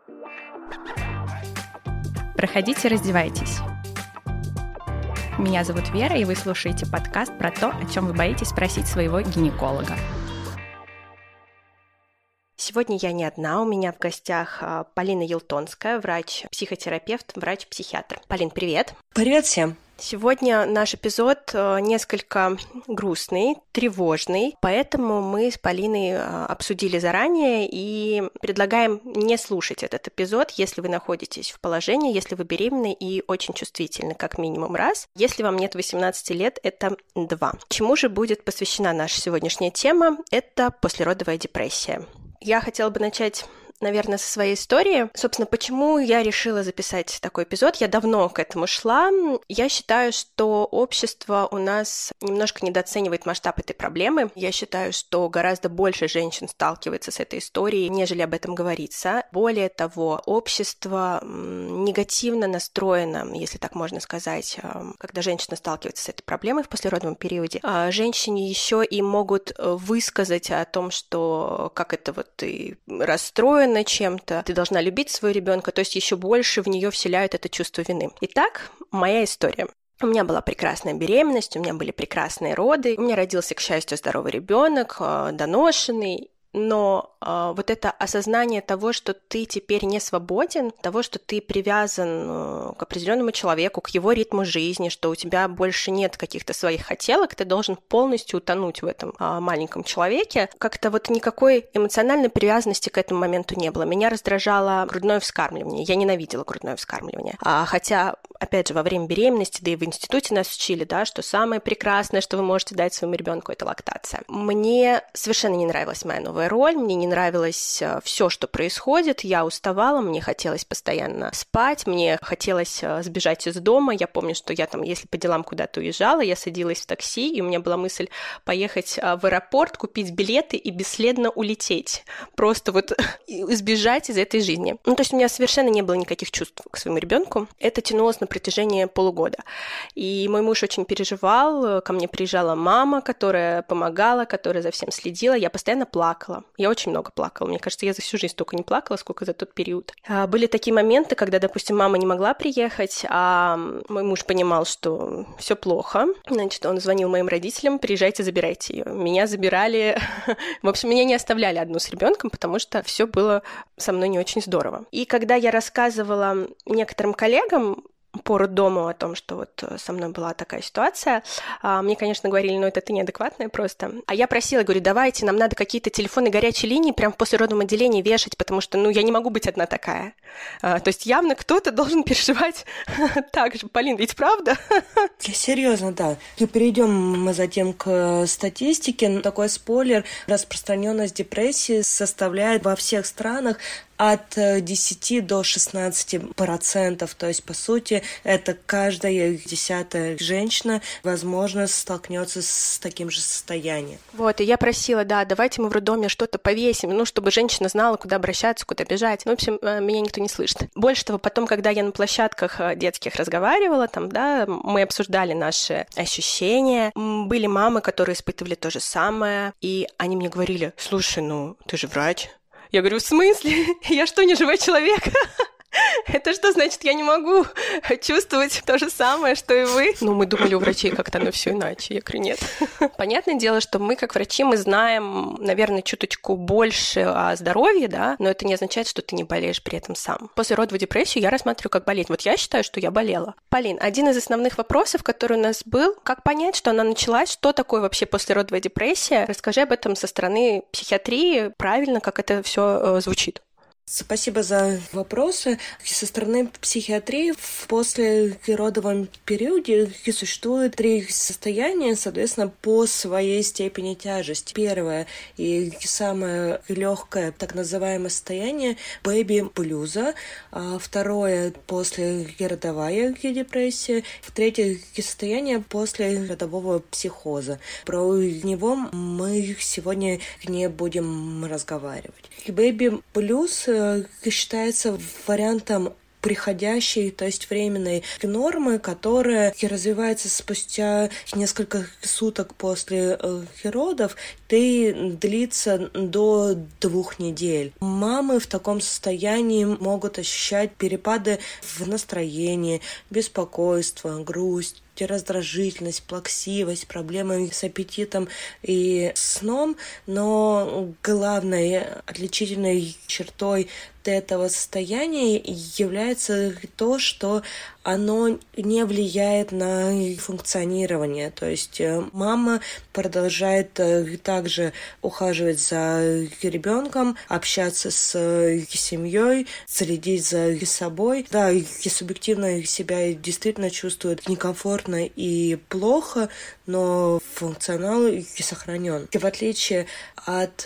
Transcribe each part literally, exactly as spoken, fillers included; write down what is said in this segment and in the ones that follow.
Проходите, раздевайтесь. Меня зовут Вера, и вы слушаете подкаст про то, о чем вы боитесь спросить своего гинеколога. Сегодня я не одна, у меня в гостях Полина Елтонская, врач-психотерапевт, врач-психиатр. Полин, привет! Привет всем! Сегодня наш эпизод несколько грустный, тревожный, поэтому мы с Полиной обсудили заранее и предлагаем не слушать этот эпизод, если вы находитесь в положении, если вы беременны и очень чувствительны, как минимум раз. Если вам нет восемнадцати лет, это два. Чему же будет посвящена наша сегодняшняя тема? Это послеродовая депрессия. Я хотела бы начать, наверное, со своей истории. Собственно, почему я решила записать такой эпизод? Я давно к этому шла. Я считаю, что общество у нас немножко недооценивает масштаб этой проблемы. Я считаю, что гораздо больше женщин сталкивается с этой историей, нежели об этом говорится. Более того, общество негативно настроено, если так можно сказать, когда женщина сталкивается с этой проблемой в послеродовом периоде. Женщине еще и могут высказать о том, что как это вот ты расстроена чем-то, ты должна любить своего ребенка, то есть еще больше в нее вселяют это чувство вины. Итак, моя история. У меня была прекрасная беременность, у меня были прекрасные роды, у меня родился, к счастью, здоровый ребенок, доношенный. Но э, вот это осознание того, что ты теперь не свободен, того, что ты привязан э, к определенному человеку, к его ритму жизни, что у тебя больше нет каких-то своих хотелок, ты должен полностью утонуть в этом э, маленьком человеке, как-то вот никакой эмоциональной привязанности к этому моменту не было. Меня раздражало грудное вскармливание, я ненавидела грудное вскармливание. А, хотя, опять же, во время беременности, да и в институте нас учили, да, что самое прекрасное, что вы можете дать своему ребенку, это лактация. Мне совершенно не нравилась моя новая роль, мне не нравилось все, что происходит, я уставала, мне хотелось постоянно спать, мне хотелось сбежать из дома. Я помню, что я там, если по делам куда-то уезжала, я садилась в такси, и у меня была мысль поехать в аэропорт, купить билеты и бесследно улететь, просто вот сбежать из этой жизни. Ну, то есть у меня совершенно не было никаких чувств к своему ребенку. Это тянулось на протяжении полугода. И мой муж очень переживал, ко мне приезжала мама, которая помогала, которая за всем следила, я постоянно плакала. Я очень много плакала. Мне кажется, я за всю жизнь столько не плакала, сколько за тот период. Были такие моменты, когда, допустим, мама не могла приехать, а мой муж понимал, что все плохо. Значит, он звонил моим родителям: приезжайте, забирайте ее. Меня забирали. В общем, меня не оставляли одну с ребенком, потому что все было со мной не очень здорово. И когда я рассказывала некоторым коллегам по роддому о том, что вот со мной была такая ситуация, мне, конечно, говорили: ну, это ты неадекватная просто. А я просила, говорю: давайте, нам надо какие-то телефоны горячей линии прямо в послеродном отделении вешать, потому что, ну, я не могу быть одна такая. То есть явно кто-то должен переживать так же. Полин, ведь правда? Серьезно, да. И перейдем мы затем к статистике. Такой спойлер: распространенность депрессии составляет во всех странах от десяти до шестнадцати процентов. То есть, по сути, это каждая десятая женщина, возможно, столкнется с таким же состоянием. Вот, и я просила: да, давайте мы в роддоме что-то повесим, ну, чтобы женщина знала, куда обращаться, куда бежать. Ну, в общем, меня никто не слышит. Больше того, потом, когда я на площадках детских разговаривала, там, да, мы обсуждали наши ощущения. Были мамы, которые испытывали то же самое, и они мне говорили: слушай, ну, ты же врач. Я говорю: в смысле? Я что, не живой человек? Это что значит, я не могу чувствовать то же самое, что и вы? Ну, мы думали, у врачей как-то оно все иначе. Я говорю: нет. Понятное дело, что мы, как врачи, мы знаем, наверное, чуточку больше о здоровье, да, но это не означает, что ты не болеешь при этом сам. Послеродовую депрессию я рассматриваю как болезнь. Вот я считаю, что я болела. Полин, один из основных вопросов, который у нас был: как понять, что она началась, что такое вообще послеродовая депрессия? Расскажи об этом со стороны психиатрии, правильно, как это все э, звучит. Спасибо за вопросы. Со стороны психиатрии в послеродовом периоде существует три состояния, соответственно, по своей степени тяжести. Первое и самое легкое, так называемое состояние бэби-блюза. Второе – послеродовая депрессия. Третье состояние – послеродового психоза. Про него мы сегодня не будем разговаривать. Бэби-блюз считается вариантом приходящей, то есть временной нормы, которая развивается спустя несколько суток после родов, и длится до двух недель. Мамы в таком состоянии могут ощущать перепады в настроении, беспокойство, грусть, раздражительность, плаксивость, проблемы с аппетитом и сном, но главной отличительной чертой этого состояния является то, что оно не влияет на функционирование. То есть мама продолжает также ухаживать за ребенком, общаться с семьей, следить за собой. Да, и субъективно себя действительно чувствует некомфортно и плохо, но функционал сохранен. В отличие от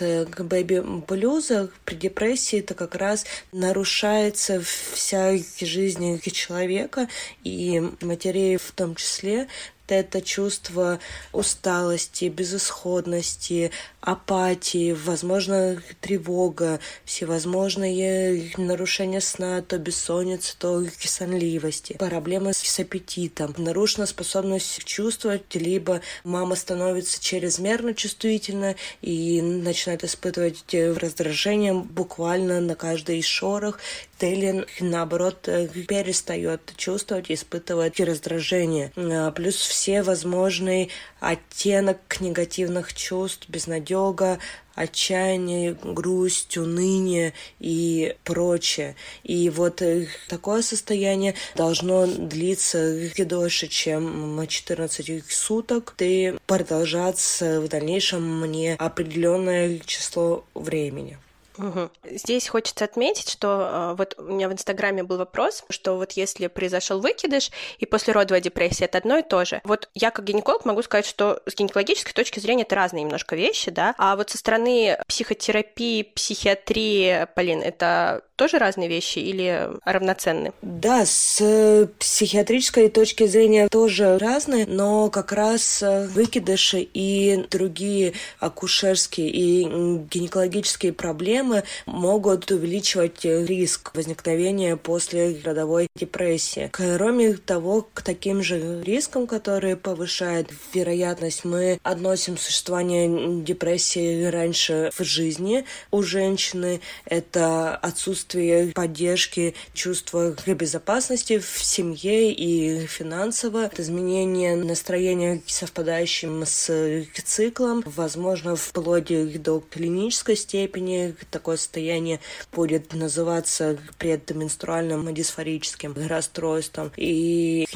бэби-блюза, при депрессии это как раз нарушается вся жизнь человека, и матерей в том числе. Это чувство усталости, безысходности, апатии, возможно, тревога, всевозможные нарушения сна, то бессонница, то сонливости, проблемы с аппетитом, нарушена способность чувствовать, либо мама становится чрезмерно чувствительна и начинает испытывать раздражение буквально на каждый шорох, или, наоборот, перестает чувствовать и испытывать раздражение. Плюс все возможные оттенок негативных чувств, безнадега, отчаяние, грусть, уныние и прочее. И вот такое состояние должно длиться дольше, чем четырнадцать суток, и продолжаться в дальнейшем неопределенное число времени. Угу. Здесь хочется отметить, что вот у меня в Инстаграме был вопрос, что вот если произошел выкидыш и послеродовая депрессия, это одно и то же. Вот я как гинеколог могу сказать, что с гинекологической точки зрения это разные немножко вещи, да, а вот со стороны психотерапии, психиатрии, Полин, это тоже разные вещи или равноценны? Да, с психиатрической точки зрения тоже разные, но как раз выкидыши и другие акушерские и гинекологические проблемы могут увеличивать риск возникновения после родовой депрессии. Кроме того, к таким же рискам, которые повышают вероятность, мы относим существование депрессии раньше в жизни у женщины. Это отсутствие поддержки, чувства безопасности в семье и финансово, изменение настроения, совпадающим с циклом, возможно, вплоть до клинической степени. Такое состояние будет называться предменструальным дисфорическим расстройством. И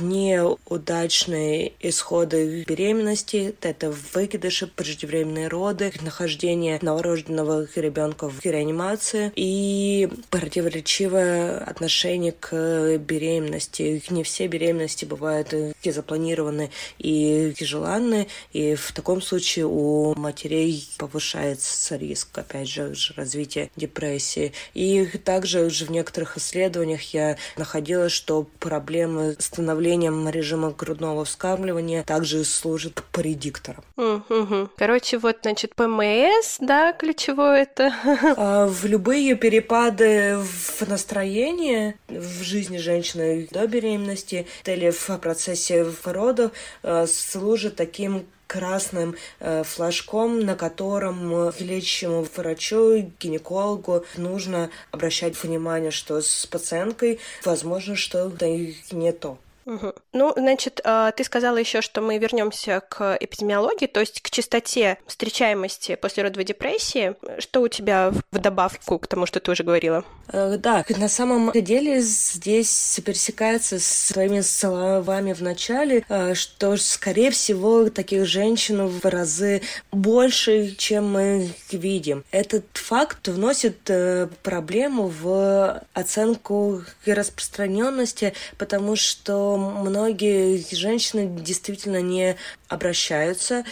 неудачные исходы беременности, это выкидыши, преждевременные роды, нахождение новорожденного ребенка в реанимации и противоречивое отношение к беременности. Не все беременности бывают и запланированы, и желанны, и в таком случае у матерей повышается риск, опять же, развития депрессии. И также уже в некоторых исследованиях я находила, что проблемы с становлением режима грудного вскармливания также служат предиктором. Mm-hmm. Короче, вот, значит, ПМС, да, ключевое это. А в любые перепады в настроении в жизни женщины до беременности или в процессе родов служат таким красным э, флажком, на котором лечащему врачу, гинекологу нужно обращать внимание, что с пациенткой возможно что-то не то. Угу. Ну, значит, ты сказала еще, что мы вернемся к эпидемиологии, то есть к частоте встречаемости послеродовой депрессии. Что у тебя в добавку к тому, что ты уже говорила? Да, на самом деле здесь пересекается с своими словами в начале, что, скорее всего, таких женщин в разы больше, чем мы видим. Этот факт вносит проблему в оценку распространенности, потому что многие женщины действительно не обращаются,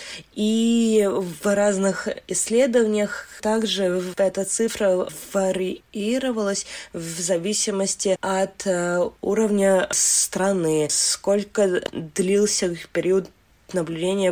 и в разных исследованиях также эта цифра варьировалась в зависимости от уровня страны, сколько длился период наблюдения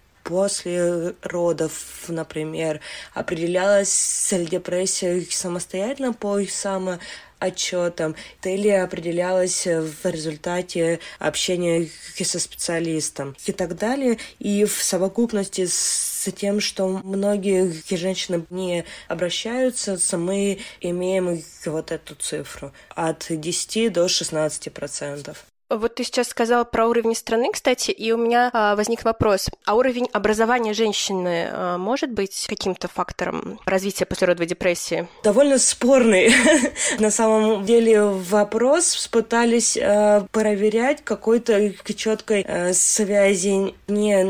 после родов, например. Определялась ли депрессия самостоятельно по самоанализу, отчетом или определялось в результате общения со специалистом и так далее. И в совокупности с тем, что многие женщины не обращаются, мы имеем вот эту цифру от десяти до шестнадцати процентов. Вот ты сейчас сказала про уровень страны, кстати, и у меня а, возник вопрос. А уровень образования женщины а, может быть каким-то фактором развития послеродовой депрессии? Довольно спорный. На самом деле вопрос пытались э, проверять, какой-то четкой э, связи не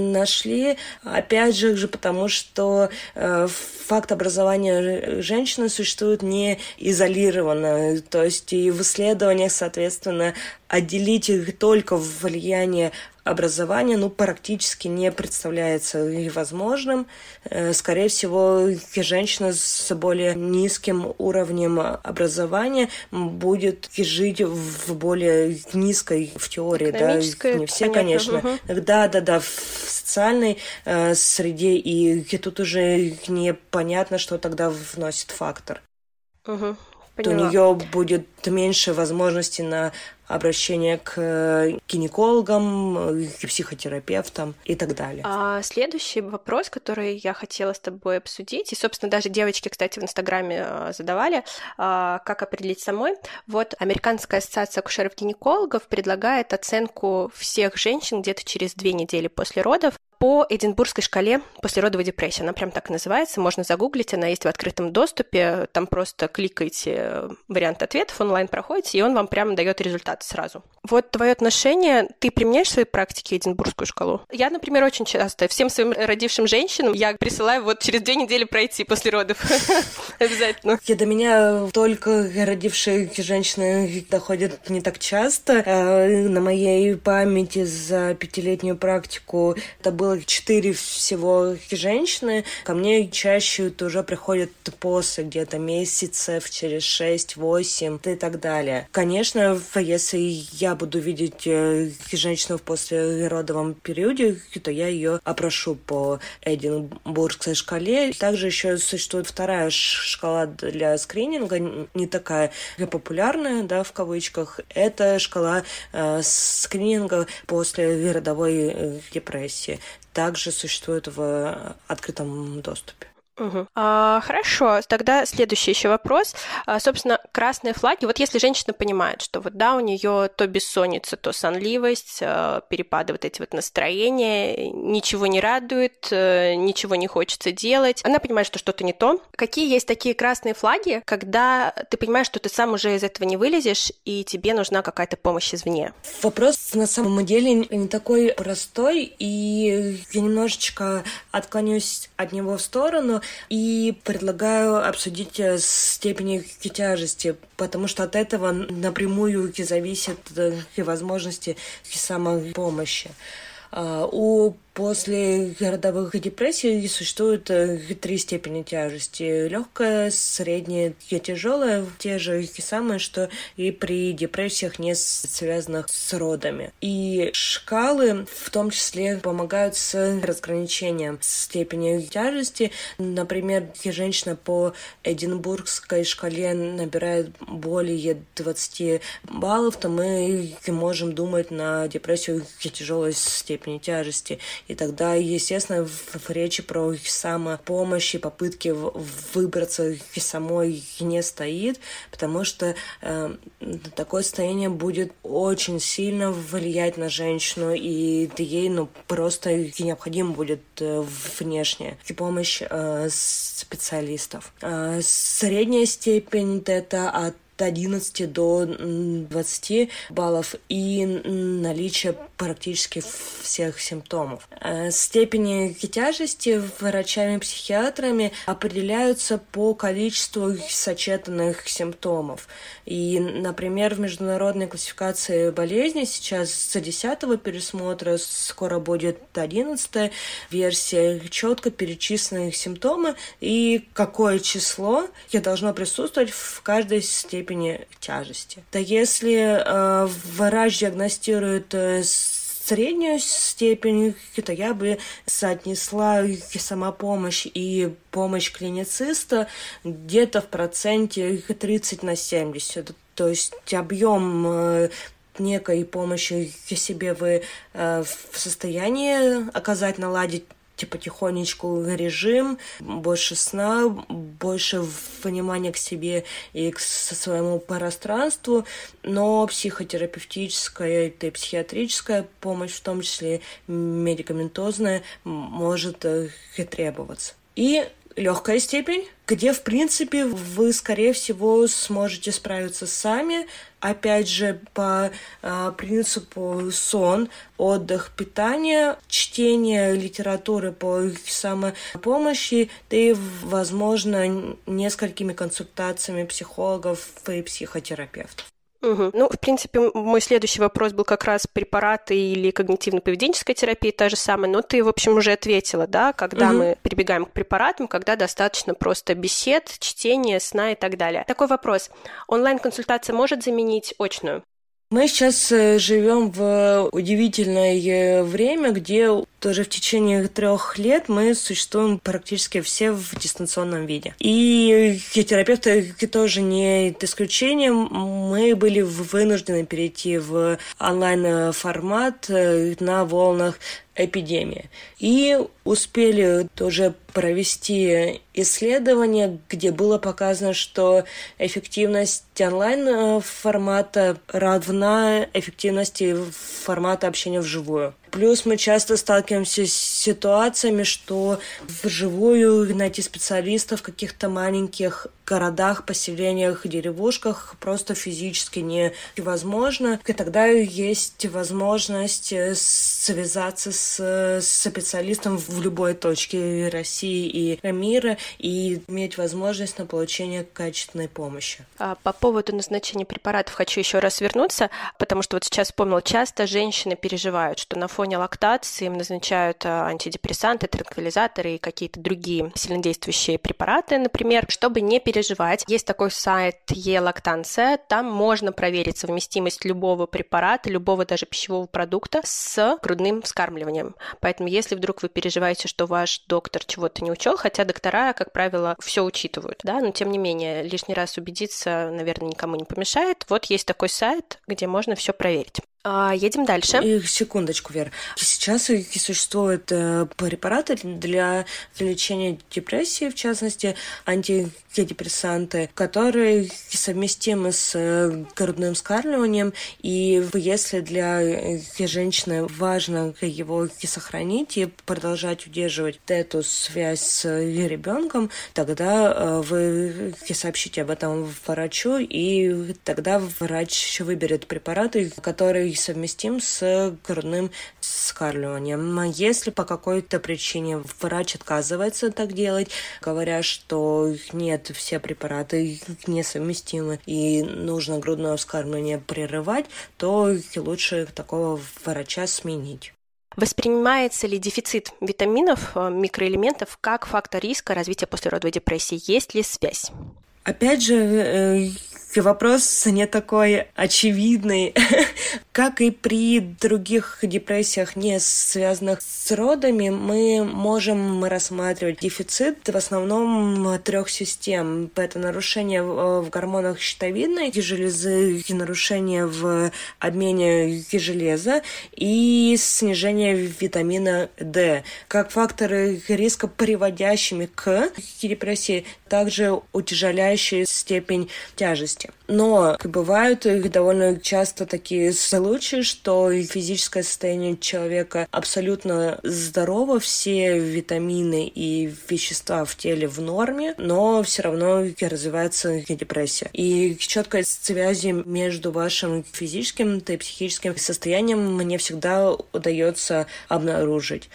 нашли. Опять же, потому что э, факт образования женщины существует не изолированно. То есть и в исследованиях, соответственно, отделить их только в влияние образования, ну, практически не представляется возможным. Скорее всего, женщина с более низким уровнем образования будет жить в более низкой, в теории, да, не все, понятно, конечно. Угу. Да, да, да, в социальной э, среде, и, и тут уже непонятно, что тогда вносит фактор. Угу. То у нее будет меньше возможностей на обращение к гинекологам, к психотерапевтам и так далее. А следующий вопрос, который я хотела с тобой обсудить, и, собственно, даже девочки, кстати, в Инстаграме задавали, как определить самой. Вот Американская ассоциация акушеров-гинекологов предлагает оценку всех женщин где-то через две недели после родов по Эдинбургской шкале послеродовой депрессии. Она прям так и называется, можно загуглить, она есть в открытом доступе, там просто кликаете вариант ответов, онлайн проходите, и он вам прямо дает результаты сразу. Вот твое отношение, ты применяешь в своей практике Эдинбургскую шкалу? Я, например, очень часто всем своим родившим женщинам я присылаю вот через две недели пройти после родов. Обязательно. До меня только родившие женщины доходят не так часто. На моей памяти за пятилетнюю практику это было четыре всего женщины. Ко мне чаще уже приходят после где-то месяцев, через шесть-восемь и так далее. Конечно, если я буду видеть женщину в послеродовом периоде, то я ее опрошу по Эдинбургской шкале. Также еще существует вторая шкала для скрининга, не такая популярная, да, в кавычках. Это шкала э, скрининга после родовой э, депрессии. Также существует в открытом доступе. Угу. А, хорошо, тогда следующий еще вопрос. А, собственно, красные флаги. Вот если женщина понимает, что вот да, у нее то бессонница, то сонливость, а, перепады вот эти вот настроения, ничего не радует, а, ничего не хочется делать, она понимает, что что-то не то. Какие есть такие красные флаги, когда ты понимаешь, что ты сам уже из этого не вылезешь, и тебе нужна какая-то помощь извне? Вопрос на самом деле не такой простой, и я немножечко отклонюсь от него в сторону и предлагаю обсудить степень тяжести, потому что от этого напрямую зависят и возможности самопомощи. У После родовых депрессий существует три степени тяжести. Легкая, средняя и тяжелая. Те же самые, что и при депрессиях, не связанных с родами. И шкалы в том числе помогают с разграничением степени тяжести. Например, женщина по Эдинбургской шкале набирает более двадцати баллов, то мы можем думать на депрессию тяжелой степени тяжести. И тогда, естественно, в, в речи про самопомощь и попытки в, выбраться самой не стоит, потому что э, такое состояние будет очень сильно влиять на женщину, и ей ну, просто необходима будет э, внешняя помощь э, специалистов. Э, средняя степень — это от одиннадцати до двадцати баллов и наличие практически всех симптомов. Степени тяжести врачами-психиатрами определяются по количеству сочетанных симптомов. И, например, в международной классификации болезней сейчас с десятого пересмотра скоро будет одиннадцатая версия, четко перечислены симптомы и какое число должно присутствовать в каждой степени тяжести. Да если э, врач диагностирует э, среднюю степень, то я бы соотнесла самопомощь и помощь клинициста где-то в проценте тридцать на семьдесят. То есть объем некой помощи себе вы в состоянии оказать, наладить потихонечку режим, больше сна, больше внимания к себе и к своему пространству, но психотерапевтическая и психиатрическая помощь, в том числе медикаментозная, может и требоваться. И легкая степень, где, в принципе, вы, скорее всего, сможете справиться сами. Опять же, по а, принципу сон, отдых, питание, чтение литературы по самопомощи, да и, возможно, несколькими консультациями психологов и психотерапевтов. Угу. Ну, в принципе, мой следующий вопрос был как раз препараты или когнитивно-поведенческая терапия, та же самая, но ты, в общем, уже ответила, да, когда угу. мы прибегаем к препаратам, когда достаточно просто бесед, чтения, сна и так далее. Такой вопрос. Онлайн-консультация может заменить очную? Мы сейчас живем в удивительное время, где тоже в течение трех лет мы существуем практически все в дистанционном виде. И терапевты тоже не исключением. Мы были вынуждены перейти в онлайн-формат на волнах эпидемии. И успели тоже провести исследование, где было показано, что эффективность онлайн-формата равна эффективности формата общения вживую. Плюс мы часто сталкиваемся с ситуациями, что вживую найти специалистов в каких-то маленьких городах, поселениях, деревушках просто физически невозможно. И тогда есть возможность связаться с специалистом в любой точке России и мира и иметь возможность на получение качественной помощи. По поводу назначения препаратов хочу еще раз вернуться, потому что вот сейчас вспомнил, часто женщины переживают, что на фоне лактации им назначают антидепрессанты, транквилизаторы и какие-то другие сильнодействующие препараты, например, чтобы не переживать. Есть такой сайт e-лактанция, там можно проверить совместимость любого препарата, любого даже пищевого продукта с грудным вскармливанием. Поэтому если вдруг вы переживаете, что ваш доктор чего-то не учел, хотя доктора, как правило, все учитывают, да, но тем не менее лишний раз убедиться, наверное, никому не помешает. Вот есть такой сайт, где можно все проверить. Едем дальше. И секундочку, Вер. Сейчас существуют препараты для лечения депрессии, в частности, антидепрессанты, которые совместимы с грудным вскармливанием. И если для женщины важно его сохранить и продолжать удерживать эту связь с ребенком, тогда вы сообщите об этом врачу, и тогда врач выберет препараты, которые совместим с грудным вскармливанием. Если по какой-то причине врач отказывается так делать, говоря, что нет, все препараты несовместимы и нужно грудное вскармливание прерывать, то лучше такого врача сменить. Воспринимается ли дефицит витаминов, микроэлементов как фактор риска развития послеродовой депрессии? Есть ли связь? Опять же, вопрос не такой очевидный, как и при других депрессиях, не связанных с родами, мы можем рассматривать дефицит в основном трех систем. Это нарушение в гормонах щитовидной железы, нарушение в обмене железа и снижение витамина D. Как факторы риска, приводящими к депрессии, также утяжеляющие степень тяжести. Но бывают довольно часто такие случаи, что физическое состояние человека абсолютно здорово, все витамины и вещества в теле в норме, но все равно развивается депрессия. И четкой связи между вашим физическим и психическим состоянием мне всегда удается обнаружить.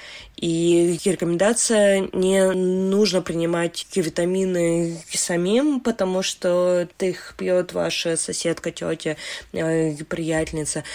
И рекомендация: не нужно принимать витамины самим, потому что ты их пьешь придет ваша соседка, тетя, приятельница,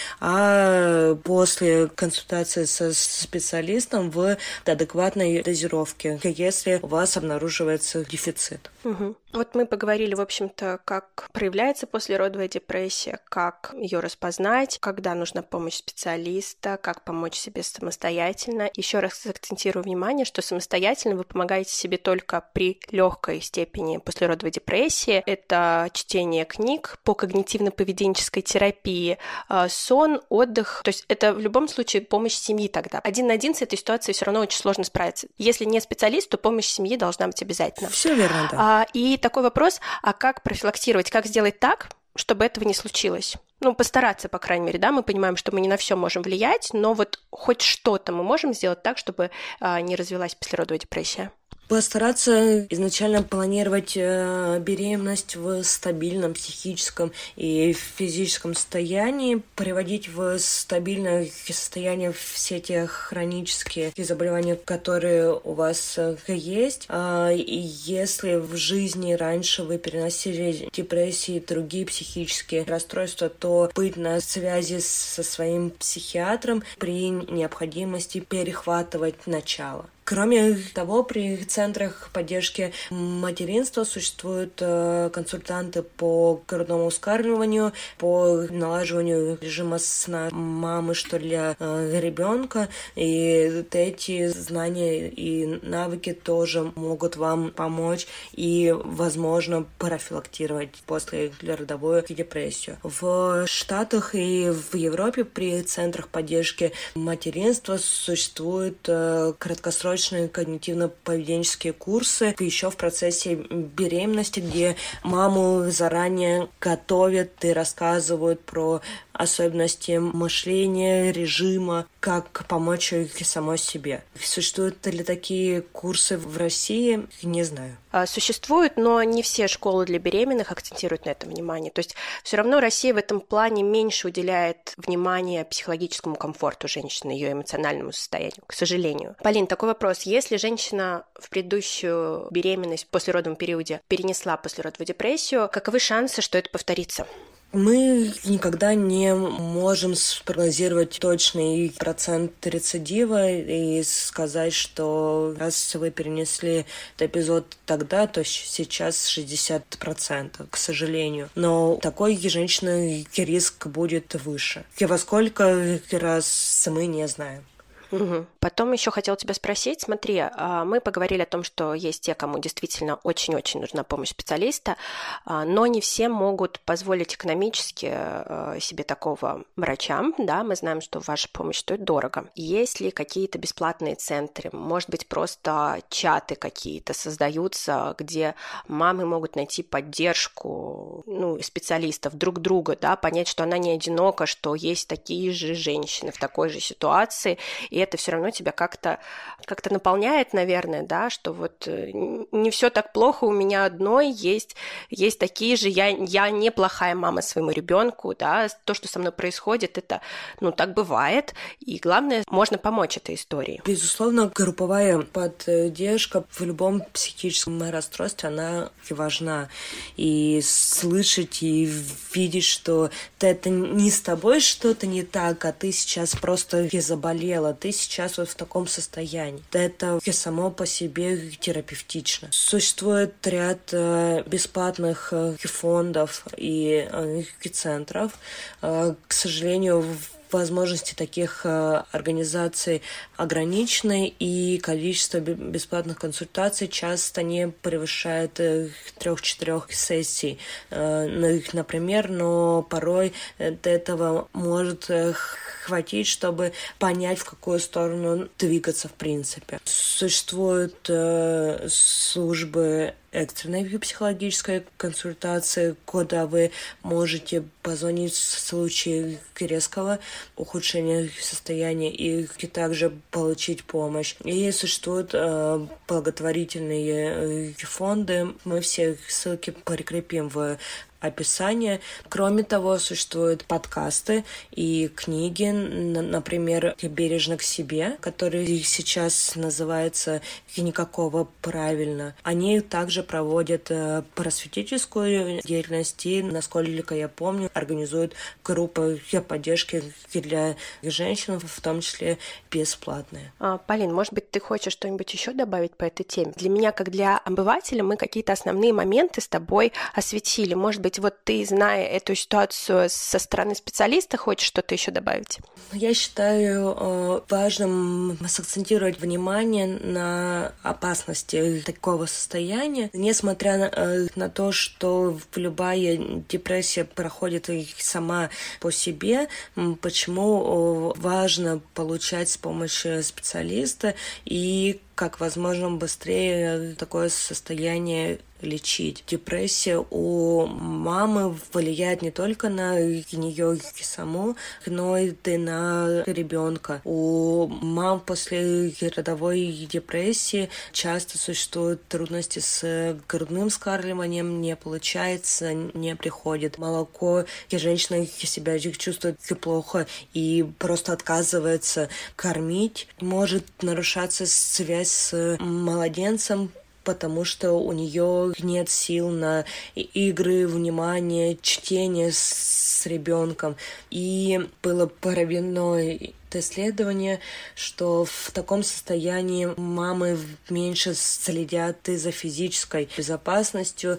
а после консультации со специалистом в адекватной дозировке, если у вас обнаруживается дефицит. Угу. Вот мы поговорили, в общем-то, как проявляется послеродовая депрессия, как ее распознать, когда нужна помощь специалиста, как помочь себе самостоятельно. Еще раз акцентирую внимание, что самостоятельно вы помогаете себе только при легкой степени послеродовой депрессии. Это чтение книг по когнитивно-поведенческой терапии, сон, отдых. То есть это в любом случае помощь семьи тогда. Один на один с этой ситуацией все равно очень сложно справиться. Если не специалист, то помощь семьи должна быть обязательно. Все верно, да. И такой вопрос, а как профилактировать, как сделать так, чтобы этого не случилось? Ну, постараться, по крайней мере, да, мы понимаем, что мы не на все можем влиять, но вот хоть что-то мы можем сделать так, чтобы а, не развилась послеродовая депрессия. Постараться изначально планировать э, беременность в стабильном психическом и физическом состоянии, приводить в стабильное состояние все те хронические заболевания, которые у вас есть. А, и если в жизни раньше вы переносили депрессии и другие психические расстройства, то быть на связи со своим психиатром при необходимости перехватывать начало. Кроме того, при центрах поддержки материнства существуют э, консультанты по грудному вскармливанию, по налаживанию режима сна мамы, что для э, ребенка. И эти знания и навыки тоже могут вам помочь и, возможно, профилактировать послеродовую депрессию. В Штатах и в Европе при центрах поддержки материнства существуют э, краткосрочные когнитивно-поведенческие курсы еще в процессе беременности, где маму заранее готовят и рассказывают про особенности мышления, режима, как помочь самой себе. Существуют ли такие курсы в России? Не знаю. Существуют, но не все школы для беременных акцентируют на этом внимание. То есть все равно Россия в этом плане меньше уделяет внимания психологическому комфорту женщины, ее эмоциональному состоянию, к сожалению. Полин, такой вопрос. Если женщина в предыдущую беременность в послеродовом периоде перенесла послеродовую депрессию, каковы шансы, что это повторится? Мы никогда не можем спрогнозировать точный процент рецидива и сказать, что раз вы перенесли этот эпизод тогда, то сейчас шестьдесят процентов, к сожалению. Но такой женщины риск будет выше. И во сколько раз мы не знаем. Угу. Потом еще хотела тебя спросить, смотри, мы поговорили о том, что есть те, кому действительно очень-очень нужна помощь специалиста, но не все могут позволить экономически себе такого врача, да, мы знаем, что ваша помощь стоит дорого. Есть ли какие-то бесплатные центры, может быть, просто чаты какие-то создаются, где мамы могут найти поддержку, ну, специалистов друг друга, да, понять, что она не одинока, что есть такие же женщины в такой же ситуации, и это все равно тебя как-то, как-то наполняет, наверное, да, что вот не все так плохо у меня одной, есть, есть такие же, я, я неплохая мама своему ребенку, да, то, что со мной происходит, это, ну, так бывает, и главное, можно помочь этой истории. Безусловно, групповая поддержка в любом психическом расстройстве, она важна, и слышать, и видеть, что это не с тобой что-то не так, а ты сейчас просто заболела, ты сейчас вот в таком состоянии. Это само по себе терапевтично. Существует ряд э, бесплатных э, фондов и э, центров. Э, к сожалению, возможности таких э, организаций ограничены, и количество бесплатных консультаций часто не превышает э, трех-четырех сессий, э, например, но порой этого может э, хватить, чтобы понять, в какую сторону двигаться в принципе. Существуют э, службы экстренной психологической консультации, куда вы можете позвонить в случае резкого ухудшения состояния и также получить помощь. И существуют э, благотворительные фонды. Мы все ссылки прикрепим в описание. Кроме того, существуют подкасты и книги, например, «Бережно к себе», который сейчас называется «Никакого правильно». Они также проводят просветительскую деятельность и, насколько я помню, организуют группы поддержки для женщин, в том числе бесплатные. А, Полин, может быть, ты хочешь что-нибудь еще добавить по этой теме? Для меня, как для обывателя, мы какие-то основные моменты с тобой осветили. Может быть, вот ты, зная эту ситуацию со стороны специалиста, хочешь что-то еще добавить? Я считаю важным сакцентировать внимание на опасности такого состояния, несмотря на, на то, что любая депрессия проходит сама по себе. Почему важно получать с помощью специалиста и как возможно быстрее такое состояние лечить. Депрессия у мамы влияет не только на нее саму, но и на ребенка. У мам после родовой депрессии часто существуют трудности с грудным вскармливанием, не получается, не приходит молоко, и женщина себя чувствует плохо и просто отказывается кормить. Может нарушаться связь с младенцем, потому что у нее нет сил на игры, внимание, чтение с ребенком. И было проведено исследование, что в таком состоянии мамы меньше следят и за физической безопасностью.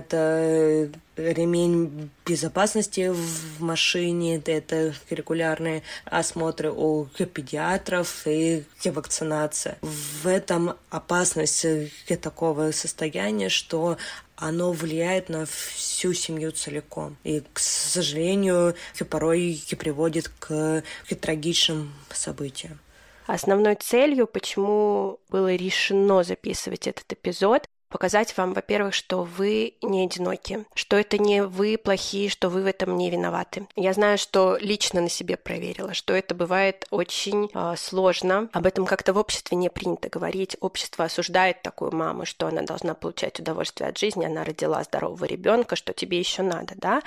Это ремень безопасности в машине, это регулярные осмотры у педиатров и вакцинация. В этом опасность такого состояния, что оно влияет на всю семью целиком. И, к сожалению, порой приводит к, к трагичным событиям. Основной целью, почему было решено записывать этот эпизод, показать вам, во-первых, что вы не одиноки, что это не вы плохие, что вы в этом не виноваты. Я знаю, что лично на себе проверила, что это бывает очень э, сложно. Об этом как-то в обществе не принято говорить. Общество осуждает такую маму, что она должна получать удовольствие от жизни, она родила здорового ребенка, что тебе еще надо, да?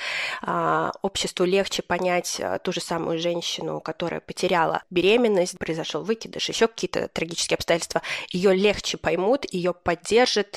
А, обществу легче понять а, ту же самую женщину, которая потеряла беременность, произошел выкидыш, еще какие-то трагические обстоятельства. Ее легче поймут, ее поддержат.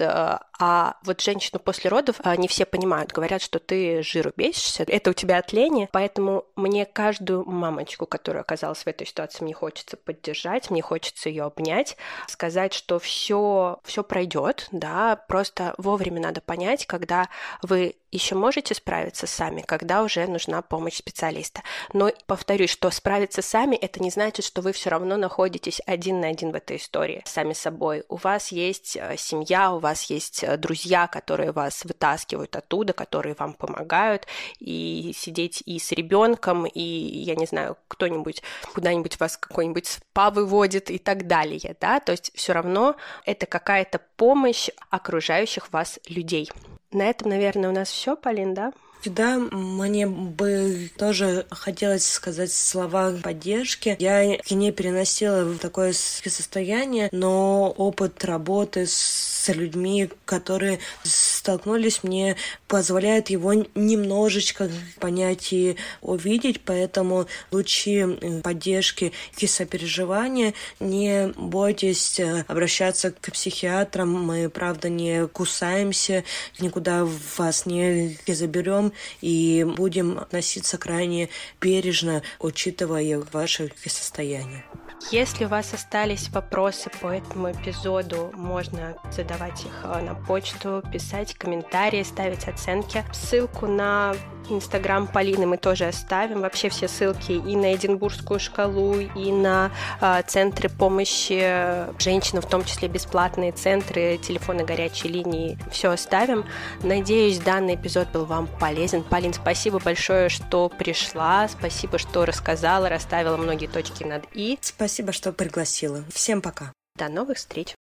А вот женщину после родов не все понимают, говорят, что ты жиру бесишься, это у тебя от лени, поэтому мне каждую мамочку, которая оказалась в этой ситуации, мне хочется поддержать, мне хочется ее обнять, сказать, что все, все пройдет, да, просто вовремя надо понять, когда вы еще можете справиться сами, когда уже нужна помощь специалиста. Но повторюсь, что справиться сами, это не значит, что вы все равно находитесь один на один в этой истории сами собой. У вас есть семья, у вас есть друзья, которые вас вытаскивают оттуда, которые вам помогают, и сидеть и с ребенком, и, я не знаю, кто-нибудь куда-нибудь вас какой-нибудь спа выводит и так далее, да, то есть все равно это какая-то помощь окружающих вас людей. На этом, наверное, у нас все, Полин, да? Да, мне бы тоже хотелось сказать слова поддержки. Я не переносила в такое состояние, но опыт работы с людьми, которые столкнулись, мне позволяет его немножечко понять и увидеть, поэтому лучи поддержки и сопереживания. Не бойтесь обращаться к психиатрам, мы, правда, не кусаемся, никуда вас не заберем, и будем относиться крайне бережно, учитывая ваше состояние. Если у вас остались вопросы по этому эпизоду, можно задавать их на почту, писать комментарии, ставить оценки. Ссылку на Инстаграм Полины мы тоже оставим. Вообще все ссылки и на Эдинбургскую шкалу, и на э, центры помощи женщинам, в том числе бесплатные центры, телефоны горячей линии. Все оставим. Надеюсь, данный эпизод был вам полезен. Полин, спасибо большое, что пришла. Спасибо, что рассказала, расставила многие точки над «и». Спасибо, что пригласила. Всем пока. До новых встреч.